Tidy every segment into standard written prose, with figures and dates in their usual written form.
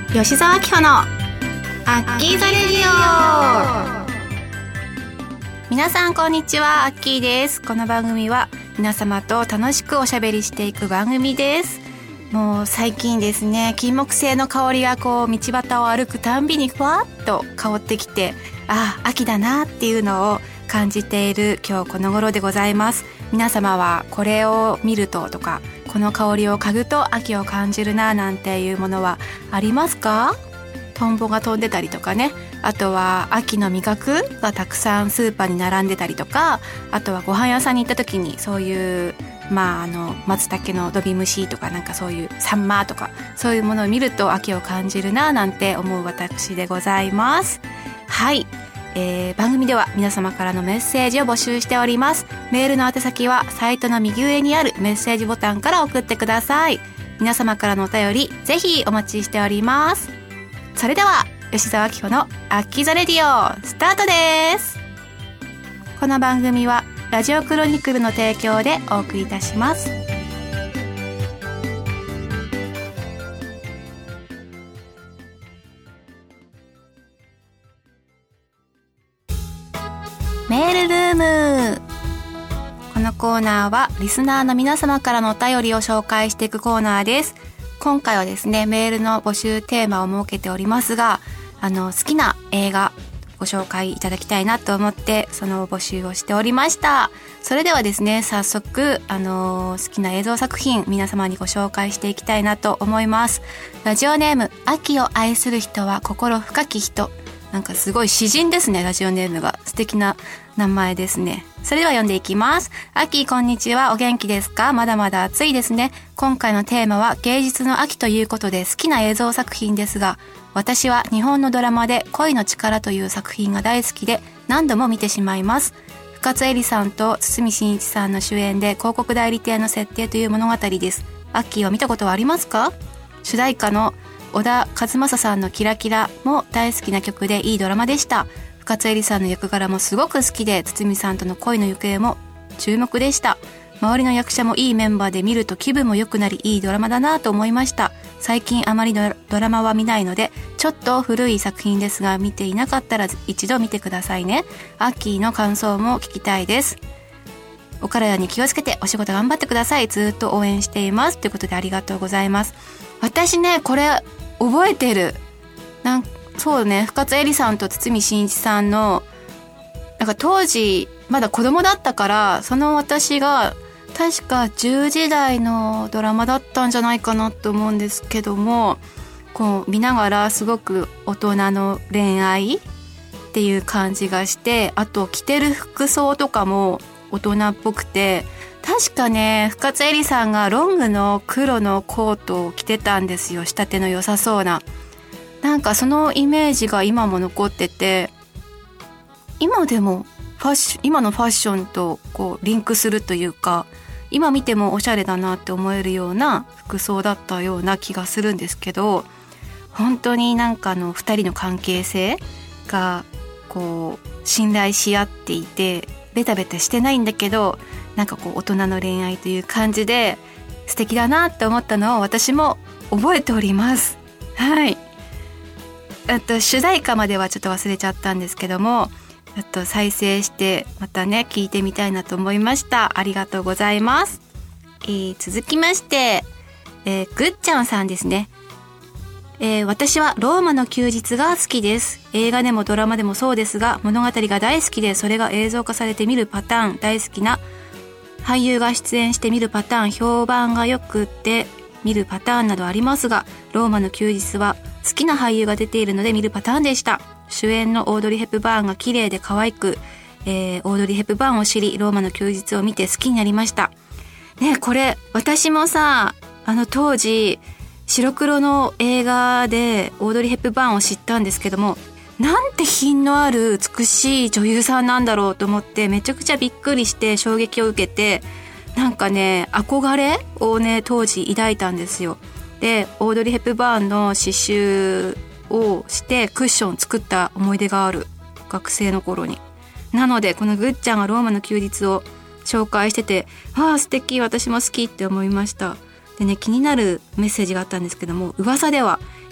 吉澤明穂のアッキーザレディオ。皆さんこんにちは、アッキーです。この番組は皆様と楽しくおしゃべりしていく番組です。もう最近ですね、金木犀の香りが道端を歩くたんびにふわっと香ってきて、秋だなっていうのを感じている今日この頃でございます。皆様はこれを見るととか、この香りを嗅ぐと秋を感じるななんていうものはありますか？トンボが飛んでたりとかね、あとは秋の味覚がたくさんスーパーに並んでたりとか、あとはご飯屋さんに行った時にそういう松茸のドビムシとかなんかそういうサンマとかそういうものを見ると秋を感じるななんて思う私でございます。はい、番組では皆様からのメッセージを募集しております。メールの宛先はサイトの右上にあるメッセージボタンから送ってください。皆様からのお便りぜひお待ちしております。それでは吉澤明穂のアッキーザレディオスタートです。この番組はラジオクロニクルの提供でお送りいたします。メールルーム。このコーナーはリスナーの皆様からのお便りを紹介していくコーナーです。今回はですね、メールの募集テーマを設けておりますが、好きな映画ご紹介いただきたいなと思ってその募集をしておりました。それではですね、早速好きな映像作品皆様にご紹介していきたいなと思います。ラジオネーム、秋を愛する人は心深き人。なんかすごい詩人ですね。ラジオネームが素敵な名前ですね。それでは読んでいきます。秋こんにちは、お元気ですか？まだまだ暑いですね。今回のテーマは芸術の秋ということで好きな映像作品ですが、私は日本のドラマで恋の力という作品が大好きで何度も見てしまいます。深津絵里さんと堤真一さんの主演で広告代理店の設定という物語です。秋は見たことはありますか？主題歌の小田和正さんのキラキラも大好きな曲でいいドラマでした。深津絵里さんの役柄もすごく好きで、堤さんとの恋の行方も注目でした。周りの役者もいいメンバーで見ると気分も良くなりいいドラマだなと思いました。最近あまりドラマは見ないのでちょっと古い作品ですが、見ていなかったら一度見てくださいね。アッキーの感想も聞きたいです。お体に気をつけてお仕事頑張ってください。ずっと応援していますということでありがとうございます。私ね、これ覚えてる。そうね、深津絵里さんと堤真一さんの当時まだ子供だったから、その私が確か10時台のドラマだったんじゃないかなと思うんですけども、見ながらすごく大人の恋愛っていう感じがして、あと着てる服装とかも大人っぽくて、確かね、深津絵里さんがロングの黒のコートを着てたんですよ。仕立ての良さそうな。なんかそのイメージが今も残ってて、今でも今のファッションとリンクするというか、今見てもおしゃれだなって思えるような服装だったような気がするんですけど、本当に二人の関係性が信頼し合っていて、ベタベタしてないんだけど大人の恋愛という感じで素敵だなって思ったのを私も覚えております。はい。主題歌まではちょっと忘れちゃったんですけども、再生してまたね聞いてみたいなと思いました。ありがとうございます。続きまして、ぐっちゃんさんですね。私はローマの休日が好きです。映画でもドラマでもそうですが、物語が大好きで、それが映像化されて見るパターン、大好きな俳優が出演して見るパターン、評判が良くって見るパターンなどありますが、ローマの休日は好きな俳優が出ているので見るパターンでした。主演のオードリー・ヘプバーンが綺麗で可愛く、オードリー・ヘプバーンを知り、ローマの休日を見て好きになりましたね。これ私もさ、当時白黒の映画でオードリー・ヘプバーンを知ったんですけども、なんて品のある美しい女優さんなんだろうと思って、めちゃくちゃびっくりして衝撃を受けて、憧れをね当時抱いたんですよ。で、オードリー・ヘプバーンの刺繍をしてクッション作った思い出がある、学生の頃に。なのでこのぐっちゃんがローマの休日を紹介してて、素敵、私も好きって思いました。でね、気になるメッセージがあったんですけども、噂では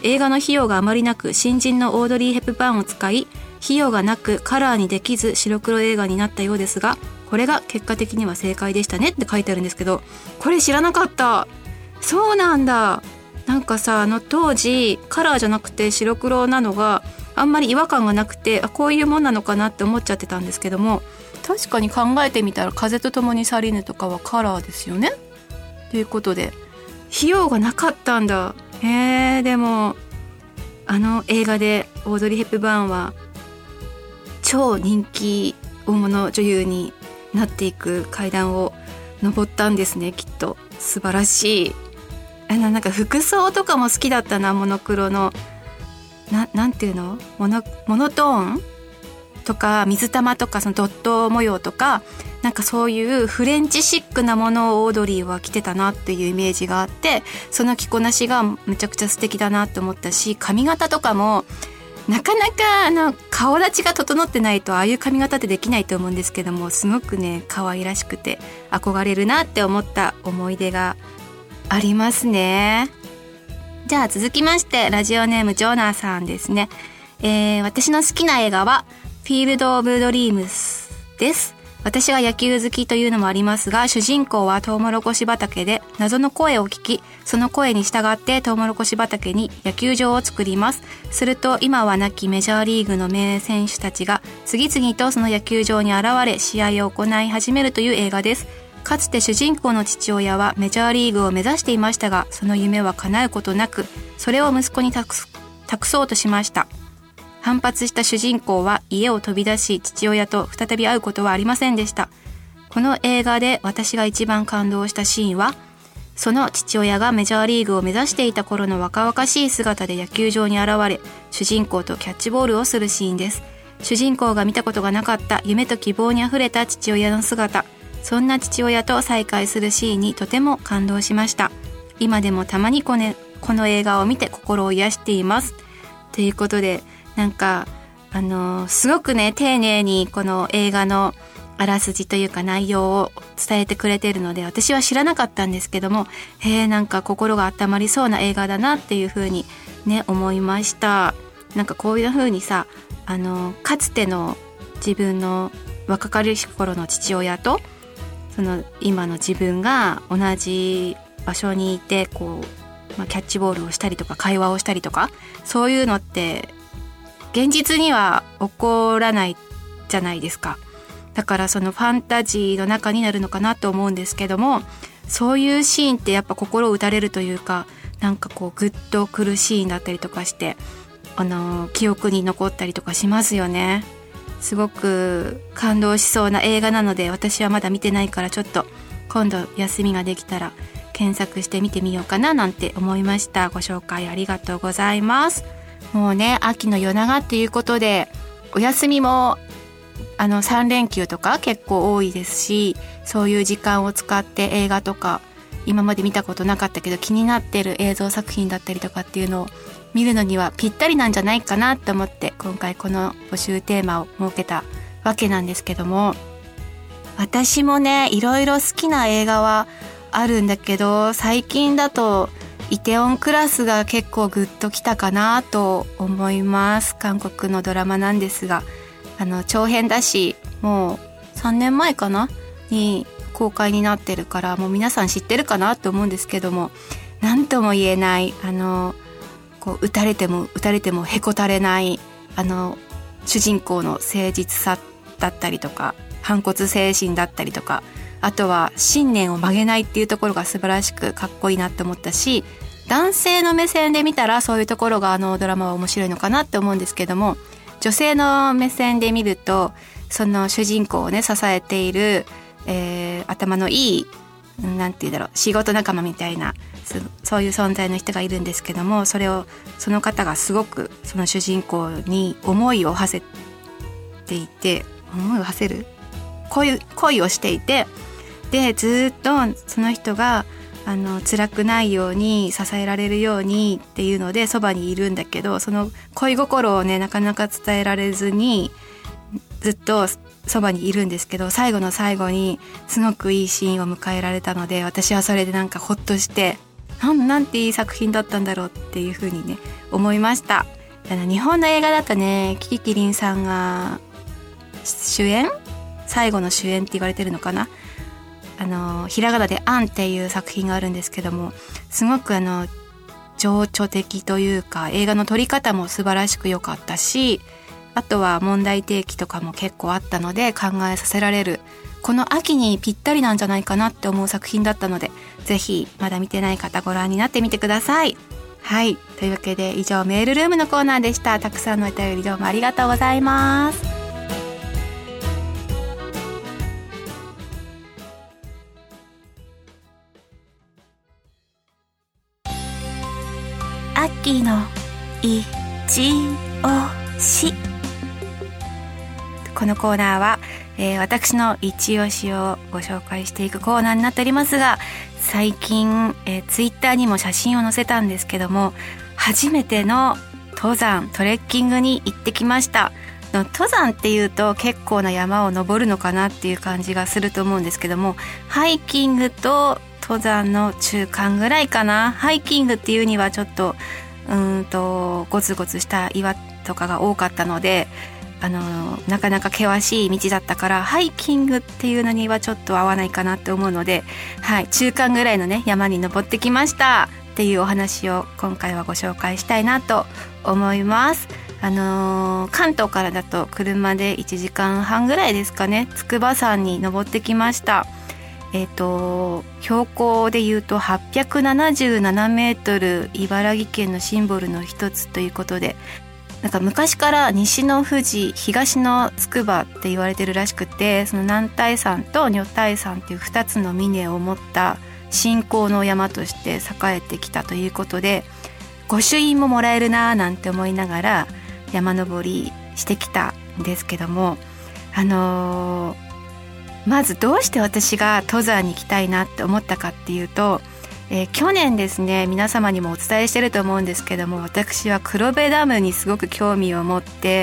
映画の費用があまりなく新人のオードリー・ヘプバーンを使い、費用がなくカラーにできず白黒映画になったようですが、これが結果的には正解でしたねって書いてあるんですけど、これ知らなかった。そうなんだ。なんかさ、当時カラーじゃなくて白黒なのがあんまり違和感がなくて、こういうもんなのかなって思っちゃってたんですけども、確かに考えてみたら風と共に去りぬとかはカラーですよね。ということで費用がなかったんだ。でも映画でオードリー・ヘプバーンは超人気大物女優になっていく階段を登ったんですね。きっと素晴らしい。なんか服装とかも好きだったな。モノクロのなんていうの、モノトーンとか水玉とかそのドット模様とか、なんかそういうフレンチシックなものをオードリーは着てたなっていうイメージがあって、その着こなしがめちゃくちゃ素敵だなって思ったし、髪型とかもなかなか顔立ちが整ってないとああいう髪型ってできないと思うんですけども、すごくね可愛らしくて憧れるなって思った思い出がありますね。じゃあ続きまして、ラジオネームジョナーさんですね。私の好きな映画はフィールド・オブ・ドリームスです。私は野球好きというのもありますが、主人公はトウモロコシ畑で謎の声を聞き、その声に従ってトウモロコシ畑に野球場を作ります。すると今は亡きメジャーリーグの名選手たちが次々とその野球場に現れ、試合を行い始めるという映画です。かつて主人公の父親はメジャーリーグを目指していましたが、その夢は叶うことなく、それを息子に託そうとしました。反発した主人公は家を飛び出し、父親と再び会うことはありませんでした。この映画で私が一番感動したシーンは、その父親がメジャーリーグを目指していた頃の若々しい姿で野球場に現れ、主人公とキャッチボールをするシーンです。主人公が見たことがなかった夢と希望にあふれた父親の姿、そんな父親と再会するシーンにとても感動しました。今でもたまにこの映画を見て心を癒しています。ということで、なんかすごくね丁寧にこの映画のあらすじというか内容を伝えてくれているので、私は知らなかったんですけども、なんか心が温まりそうな映画だなっていう風にね思いました。なんかこういう風にさ、かつての自分の若かりし頃の父親とその今の自分が同じ場所にいてこう、キャッチボールをしたりとか会話をしたりとか、そういうのって現実には起こらないじゃないですか。だからそのファンタジーの中になるのかなと思うんですけども、そういうシーンってやっぱ心を打たれるというか、なんかこうグッとくるシーンだったりとかして、記憶に残ったりとかしますよね。すごく感動しそうな映画なので、私はまだ見てないからちょっと今度休みができたら検索して見てみようかななんて思いました。ご紹介ありがとうございます。もうね秋の夜長っていうことで、お休みも3連休とか結構多いですし、そういう時間を使って映画とか今まで見たことなかったけど気になってる映像作品だったりとかっていうのを見るのにはぴったりなんじゃないかなと思って、今回この募集テーマを設けたわけなんですけども、私もねいろいろ好きな映画はあるんだけど、最近だとイテウォンクラスが結構グッときたかなと思います。韓国のドラマなんですが、長編だし、もう3年前かなに公開になってるから、もう皆さん知ってるかなと思うんですけども、なんとも言えないこう打たれてもへこたれない主人公の誠実さだったりとか、反骨精神だったりとか、あとは信念を曲げないっていうところが素晴らしくかっこいいなって思ったし、男性の目線で見たらそういうところがドラマは面白いのかなって思うんですけども、女性の目線で見るとその主人公をね支えている、頭のいいなんていうんだろう、仕事仲間みたいなそういう存在の人がいるんですけども、その方がすごくその主人公に思いを馳せていて、恋をしていて、でずっとその人が辛くないように支えられるようにっていうのでそばにいるんだけど、その恋心をねなかなか伝えられずにずっとそばにいるんですけど、最後の最後にすごくいいシーンを迎えられたので、私はそれでなんかほっとしてなんていい作品だったんだろうっていう風にね思いました。日本の映画だとね、キキキリンさんが主演、最後の主演って言われてるのかな。ひらがなでアンっていう作品があるんですけども、すごく情緒的というか、映画の撮り方も素晴らしく良かったし、あとは問題提起とかも結構あったので考えさせられる、この秋にぴったりなんじゃないかなって思う作品だったので、ぜひまだ見てない方ご覧になってみてください。はい、というわけで以上メールルームのコーナーでした。たくさんのお便りどうもありがとうございます。秋のいちおし。このコーナーは、私の一押しをご紹介していくコーナーになっておりますが、最近、ツイッターにも写真を載せたんですけども、初めての登山トレッキングに行ってきました。登山っていうと結構な山を登るのかなっていう感じがすると思うんですけども、ハイキングと登山の中間ぐらいかな。ハイキングっていうにはちょっとゴツゴツした岩とかが多かったので、なかなか険しい道だったから、ハイキングっていうのにはちょっと合わないかなって思うので、はい、中間ぐらいのね山に登ってきましたっていうお話を今回はご紹介したいなと思います。関東からだと車で1時間半ぐらいですかね、筑波山に登ってきました。標高でいうと877メートル、茨城県のシンボルの一つということで、なんか昔から西の富士東の筑波って言われてるらしくて、その男体山と女体山っていう2つの峰を持った信仰の山として栄えてきたということで、御朱印ももらえるなーなんて思いながら山登りしてきたんですけども、まずどうして私が登山に行きたいなって思ったかっていうと、去年ですね、皆様にもお伝えしてると思うんですけども、私は黒部ダムにすごく興味を持って、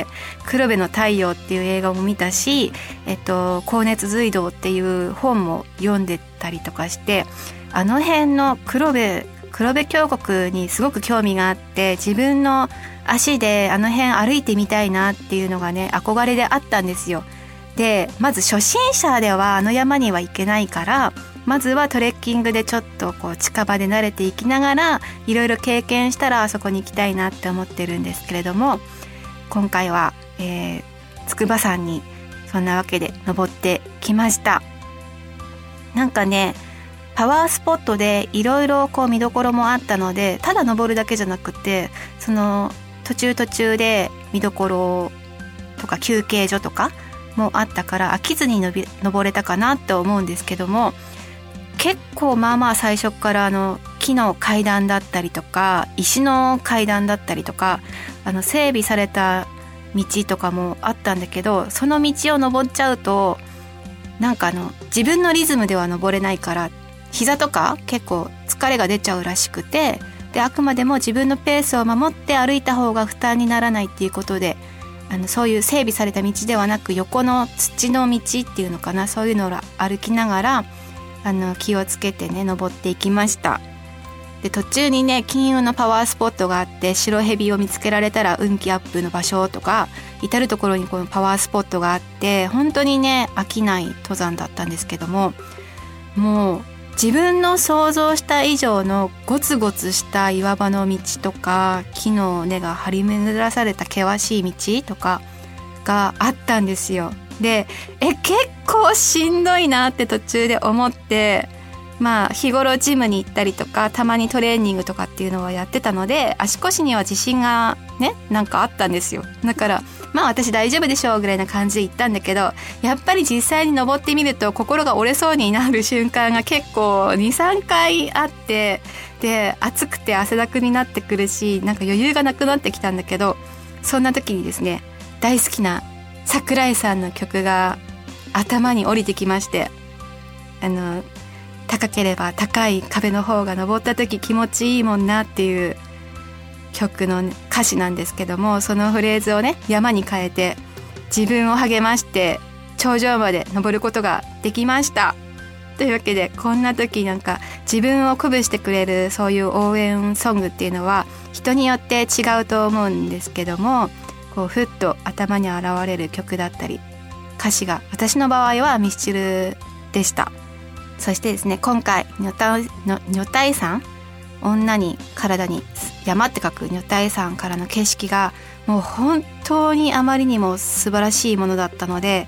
黒部の太陽っていう映画も見たし、高熱隧道っていう本も読んでたりとかして、あの辺の黒部峡谷にすごく興味があって、自分の足であの辺歩いてみたいなっていうのがね憧れであったんですよ。で、まず初心者ではあの山には行けないから、まずはトレッキングでちょっとこう近場で慣れていきながら、いろいろ経験したらあそこに行きたいなって思ってるんですけれども、今回は、筑波山にそんなわけで登ってきました。なんかね、パワースポットでいろいろこう見どころもあったので、ただ登るだけじゃなくて、その途中で見どころとか休憩所とかもあったから飽きずに登れたかなと思うんですけども、結構まあ最初から木の階段だったりとか石の階段だったりとか、整備された道とかもあったんだけど、その道を登っちゃうとなんか自分のリズムでは登れないから、膝とか結構疲れが出ちゃうらしくて、であくまでも自分のペースを守って歩いた方が負担にならないっていうことで、そういう整備された道ではなく、横の土の道っていうのかな、そういうのを歩きながら気をつけてね登っていきました。で途中にね金運のパワースポットがあって、白蛇を見つけられたら運気アップの場所とか、至る所にこのパワースポットがあって、本当にね飽きない登山だったんですけども、もう自分の想像した以上のゴツゴツした岩場の道とか、木の根が張り巡らされた険しい道とかがあったんですよ。で結構しんどいなって途中で思って、日頃ジムに行ったりとか、たまにトレーニングとかっていうのはやってたので、足腰には自信がねなんかあったんですよ。だから私大丈夫でしょうぐらいな感じで行ったんだけど、やっぱり実際に登ってみると心が折れそうになる瞬間が結構 2,3 回あって、で暑くて汗だくになってくるし、なんか余裕がなくなってきたんだけど、そんな時にですね、大好きな桜井さんの曲が頭に降りてきまして、高ければ高い壁の方が登った時気持ちいいもんなっていう曲の歌詞なんですけども、そのフレーズをね山に変えて自分を励まして頂上まで登ることができました。 というわけで、こんな時なんか自分を鼓舞してくれるそういう応援ソングっていうのは人によって違うと思うんですけども、こうふっと頭に現れる曲だったり歌詞が、私の場合はミスチルでした。そしてですね、今回女体山、女に体に山って書く女体山からの景色がもう本当にあまりにも素晴らしいものだったので、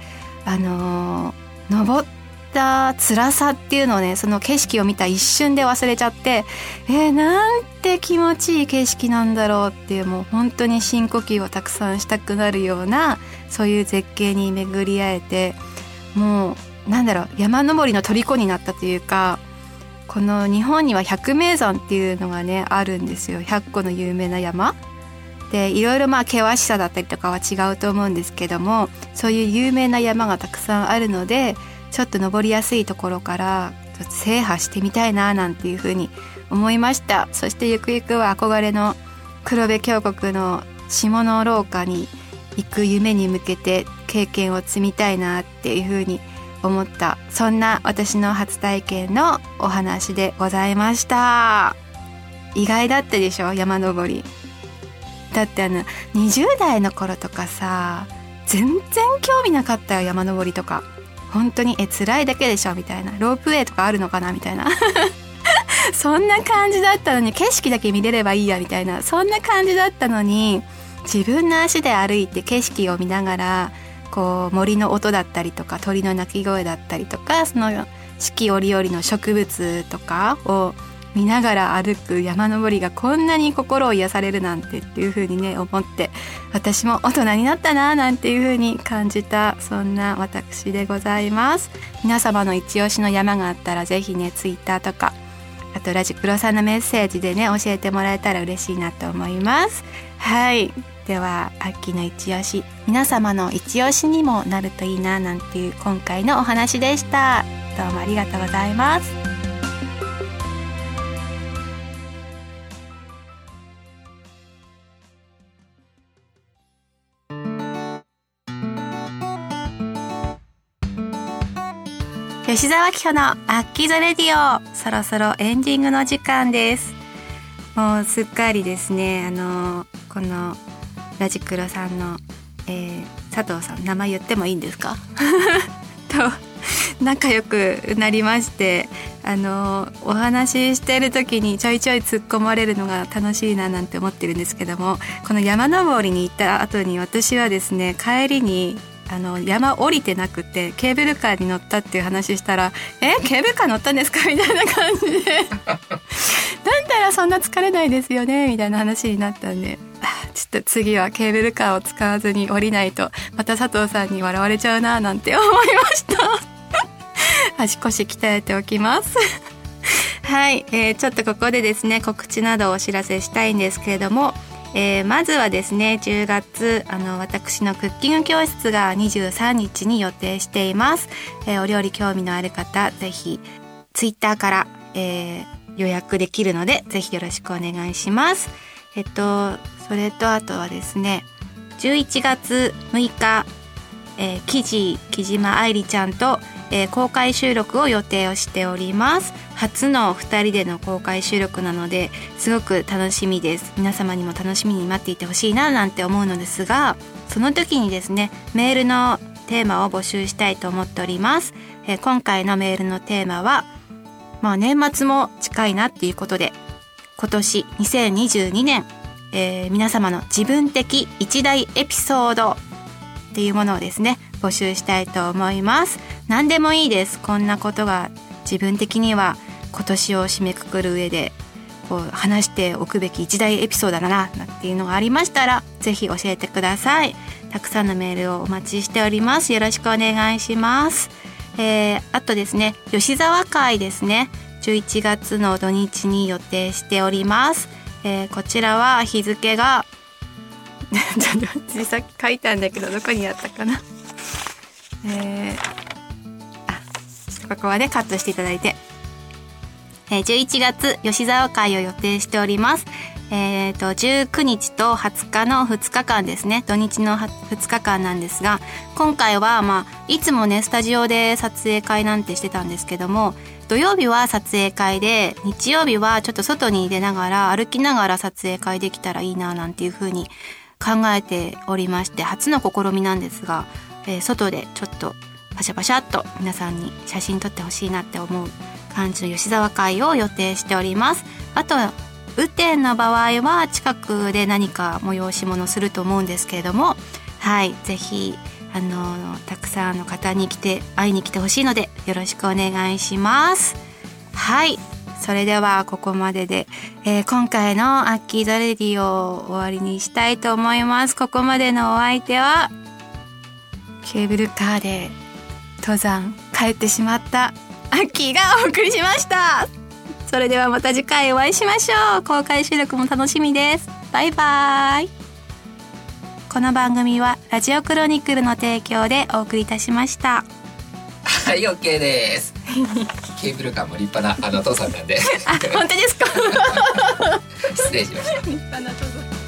登った辛さっていうのをね、その景色を見た一瞬で忘れちゃって、なんて気持ちいい景色なんだろうっていう、もう本当に深呼吸をたくさんしたくなるような、そういう絶景に巡り会えて、もうなんだろう、山登りの虜になったというか、この日本には百名山っていうのがねあるんですよ。100個の有名な山で、いろいろ険しさだったりとかは違うと思うんですけども、そういう有名な山がたくさんあるので、ちょっと登りやすいところから制覇してみたいななんていうふうに思いました。そしてゆくゆくは憧れの黒部峡谷の下の廊下に行く夢に向けて経験を積みたいなっていうふうに思った、そんな私の初体験のお話でございました。意外だったでしょ、山登り。だって20代の頃とかさ、全然興味なかったよ、山登りとか。本当に辛いだけでしょみたいな、ロープウェイとかあるのかなみたいなそんな感じだったのに、景色だけ見れればいいやみたいな、そんな感じだったのに、自分の足で歩いて景色を見ながら、こう森の音だったりとか鳥の鳴き声だったりとか、その四季折々の植物とかを見ながら歩く山登りがこんなに心を癒されるなんてっていう風にね思って、私も大人になったななんていう風に感じた、そんな私でございます。皆様の一押しの山があったらぜひね、ツイッターとか、あとラジクロさんのメッセージでね教えてもらえたら嬉しいなと思います。はい、では秋の一押し、皆様の一押しにもなるといいななんていう今回のお話でした。どうもありがとうございます。吉澤明穂のアッキーザレディオ、そろそろエンディングの時間です。もうすっかりですね、このラジクロさんの、佐藤さん、名前言ってもいいんですかと仲良くなりまして、お話ししている時にちょいちょい突っ込まれるのが楽しいななんて思ってるんですけども、この山登りに行った後に私はですね、帰りに山降りてなくてケーブルカーに乗ったっていう話したら、ケーブルカー乗ったんですかみたいな感じでだったらそんな疲れないですよねみたいな話になったんで、ちょっと次はケーブルカーを使わずに降りないとまた佐藤さんに笑われちゃうななんて思いました足腰鍛えておきますはい、ちょっとここでですね、告知などをお知らせしたいんですけれども、まずはですね、10月私のクッキング教室が23日に予定しています。お料理興味のある方、ぜひツイッターから、予約できるのでぜひよろしくお願いします。それとあとはですね、11月6日、木島愛理ちゃんと、公開収録を予定をしております。初の2人での公開収録なのですごく楽しみです。皆様にも楽しみに待っていてほしいななんて思うのですが、その時にですね、メールのテーマを募集したいと思っております。今回のメールのテーマは、年末も近いなっていうことで、今年2022年、皆様の自分的一大エピソードっていうものをですね募集したいと思います。何でもいいです。こんなことが自分的には今年を締めくくる上でこう話しておくべき一大エピソードだななんていうのがありましたら、ぜひ教えてください。たくさんのメールをお待ちしております。よろしくお願いします。あとですね、吉沢会ですね、11月の土日に予定しております。こちらは日付がさっき書いたんだけどどこにあったかな、ここはねカットしていただいて、11月吉沢会を予定しております。 19日と20日の2日間ですね。土日の2日間なんですが、今回はいつもねスタジオで撮影会なんてしてたんですけども、土曜日は撮影会で、日曜日はちょっと外に出ながら歩きながら撮影会できたらいいななんていう風に考えておりまして、初の試みなんですが、外でちょっとパシャパシャっと皆さんに写真撮ってほしいなって思う感じの吉沢会を予定しております。あと雨天の場合は近くで何か催し物すると思うんですけれども、はい、ぜひたくさんの方に会いに来てほしいのでよろしくお願いします。はい、それではここまでで、今回のアッキーザレディを終わりにしたいと思います。ここまでのお相手はケーブルカーで登山帰ってしまったアッキーがお送りしました。それではまた次回お会いしましょう。公開収録も楽しみです。バイバイ。この番組はラジオクロニクルの提供でお送りいたしました。 はい、OK です。ケーブルカーも立派な父さんなんで。 あ、本当ですか。 失礼しました。 立派な父さん。